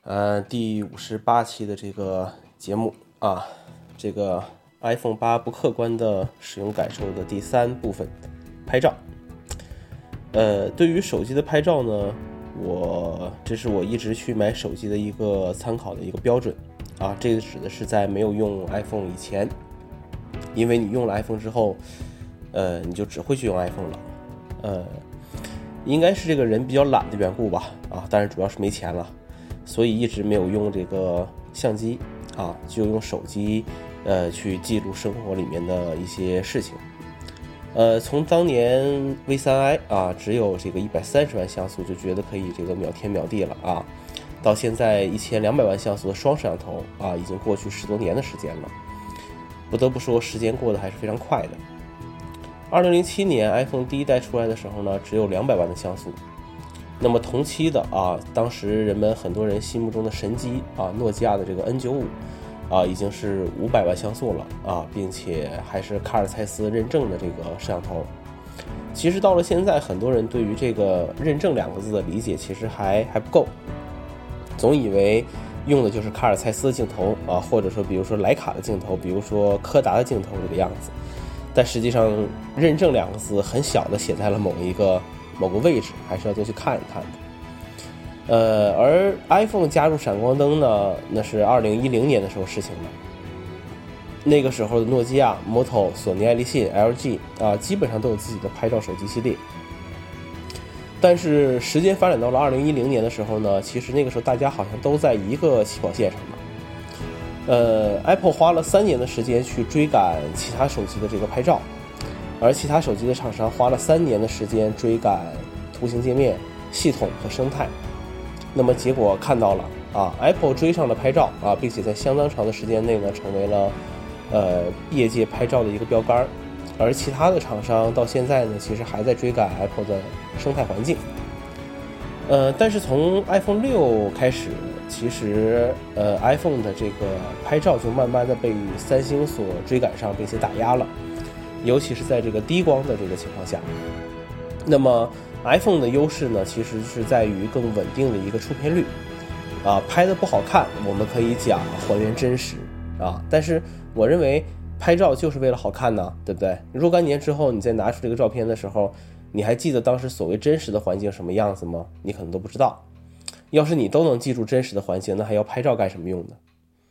第58期的这个节目啊，这个 iPhone 8不客观的使用感受的第3部分，拍照。对于手机的拍照呢，这是我一直去买手机的一个参考的一个标准啊。这个指的是在没有用 iPhone 以前，因为你用了 iPhone 之后，你就只会去用 iPhone 了。应该是这个人比较懒的缘故吧啊，当然主要是没钱了。所以一直没有用这个相机啊，就用手机去记录生活里面的一些事情。从当年 V3i 啊只有这个130万像素就觉得可以这个秒天秒地了啊，到现在1200万像素的双摄像头啊，已经过去10多年的时间了。不得不说时间过得还是非常快的。2007年 iPhone 第一代出来的时候呢，只有200万的像素。那么同期的啊，当时很多人心目中的神机啊，诺基亚的这个 N95啊，已经是500万像素了啊，并且还是卡尔蔡司认证的这个摄像头。其实到了现在，很多人对于这个认证2个字的理解其实还不够，总以为用的就是卡尔蔡司的镜头啊，或者说比如说徕卡的镜头，比如说柯达的镜头这个样子。但实际上认证2个字很小的写在了某个位置，还是要多去看一看的。而 iPhone 加入闪光灯呢，那是2010年的时候事情了。那个时候的诺基亚、Moto、索尼爱立信、LG 啊，基本上都有自己的拍照手机系列。但是时间发展到了2010年的时候呢，其实那个时候大家好像都在一个起跑线上了。Apple 花了3年的时间去追赶其他手机的这个拍照。而其他手机的厂商花了3年的时间追赶图形界面、系统和生态。那么结果看到了啊 ，Apple 追上了拍照啊，并且在相当长的时间内呢，成为了业界拍照的一个标杆。而其他的厂商到现在呢，其实还在追赶 Apple 的生态环境。但是从 iPhone 6开始，其实iPhone 的这个拍照就慢慢的被三星所追赶上，并且打压了。尤其是在这个低光的这个情况下，那么 iPhone 的优势呢，其实是在于更稳定的一个出片率啊，拍的不好看，我们可以讲还原真实啊，但是我认为拍照就是为了好看呢，对不对？若干年之后，你再拿出这个照片的时候，你还记得当时所谓真实的环境什么样子吗？你可能都不知道。要是你都能记住真实的环境，那还要拍照干什么用呢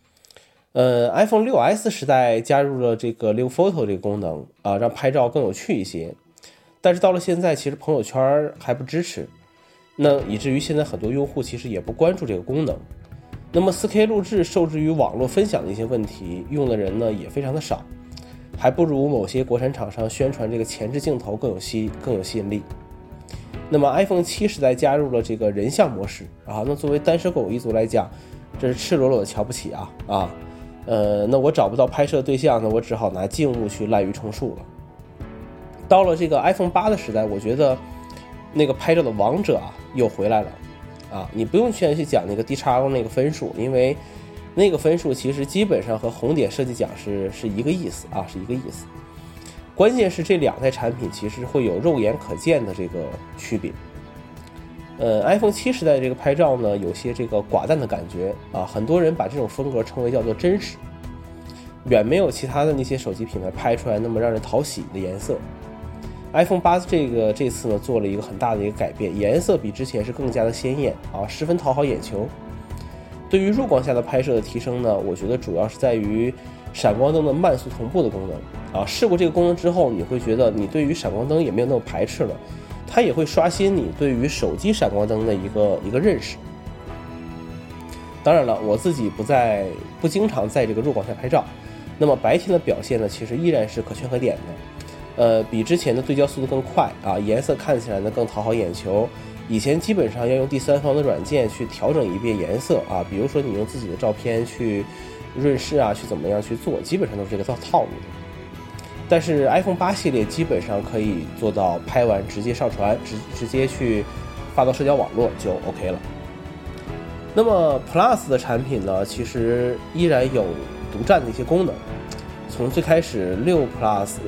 ？iPhone 6s 时代加入了这个 Live Photo 这个功能啊，让拍照更有趣一些。但是到了现在，其实朋友圈还不支持，那以至于现在很多用户其实也不关注这个功能。那么 4K 录制受制于网络分享的一些问题，用的人呢也非常的少，还不如某些国产厂商宣传这个前置镜头更有吸引力。那么 iPhone 7时代加入了这个人像模式啊，那作为单身狗一族来讲，这是赤裸裸的瞧不起啊。那我找不到拍摄对象呢，我只好拿静物去滥竽充数了。到了这个 iPhone 8的时代，我觉得那个拍照的王者又回来了啊！你不用去讲那个 DXO 那个分数，因为那个分数其实基本上和红点设计奖是一个意思啊，是一个意思。关键是这2代产品其实会有肉眼可见的这个区别。iPhone 7时代这个拍照呢，有些这个寡淡的感觉啊，很多人把这种风格称为叫做真实，远没有其他的那些手机品牌拍出来那么让人讨喜的颜色。iPhone 8这次呢做了一个很大的一个改变，颜色比之前是更加的鲜艳啊，十分讨好眼球。对于弱光下的拍摄的提升呢，我觉得主要是在于闪光灯的慢速同步的功能啊。试过这个功能之后，你会觉得你对于闪光灯也没有那么排斥了。它也会刷新你对于手机闪光灯的一个认识。当然了，我自己不经常在这个弱光下拍照，那么白天的表现呢，其实依然是可圈可点的。比之前的对焦速度更快啊，颜色看起来呢更讨好眼球。以前基本上要用第三方的软件去调整一遍颜色啊，比如说你用自己的照片去润饰啊，去怎么样去做，基本上都是这个套路的。但是 iPhone 8系列基本上可以做到拍完直接上传，直接去发到社交网络就 OK 了。那么 Plus 的产品呢，其实依然有独占的一些功能。从最开始6S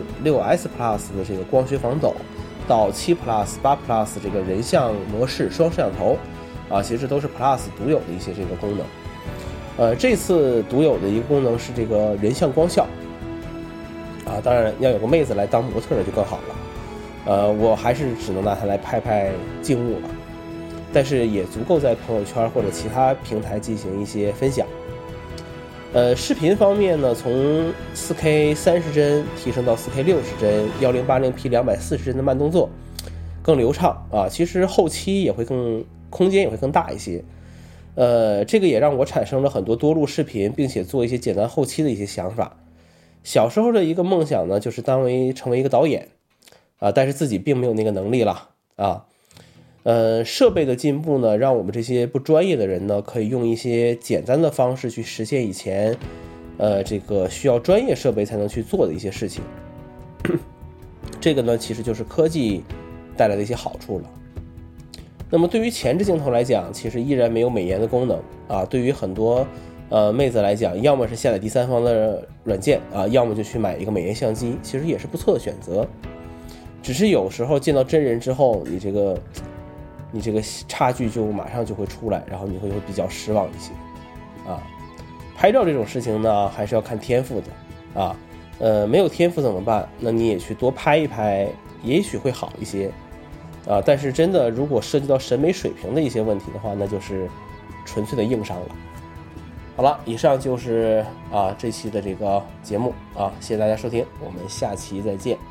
Plus 的这个光学防抖，到7 Plus、8 Plus 这个人像模式双摄像头， 啊，其实都是 Plus 独有的一些这个功能。这次独有的一个功能是这个人像光效啊，当然要有个妹子来当模特的就更好了。我还是只能拿它来拍拍静物了，但是也足够在朋友圈或者其他平台进行一些分享。视频方面呢，从 4K 30帧提升到 4K 60帧 1080P 240帧的慢动作更流畅啊，其实后期也会空间也会更大一些。这个也让我产生了很多多录视频并且做一些简单后期的一些想法。小时候的一个梦想呢，就是成为一个导演啊，但是自己并没有那个能力了啊。设备的进步呢，让我们这些不专业的人呢，可以用一些简单的方式去实现以前这个需要专业设备才能去做的一些事情。这个呢，其实就是科技带来的一些好处了。那么对于前置镜头来讲，其实依然没有美颜的功能啊。对于很多妹子来讲，要么是下载第三方的软件啊，要么就去买一个美颜相机，其实也是不错的选择。只是有时候见到真人之后，你这个差距就马上就会出来，然后你会比较失望一些啊。拍照这种事情呢，还是要看天赋的啊。没有天赋怎么办？那你也去多拍一拍，也许会好一些啊。但是真的，如果涉及到审美水平的一些问题的话，那就是纯粹的硬伤了。好了，以上就是这期的这个节目啊，谢谢大家收听，我们下期再见。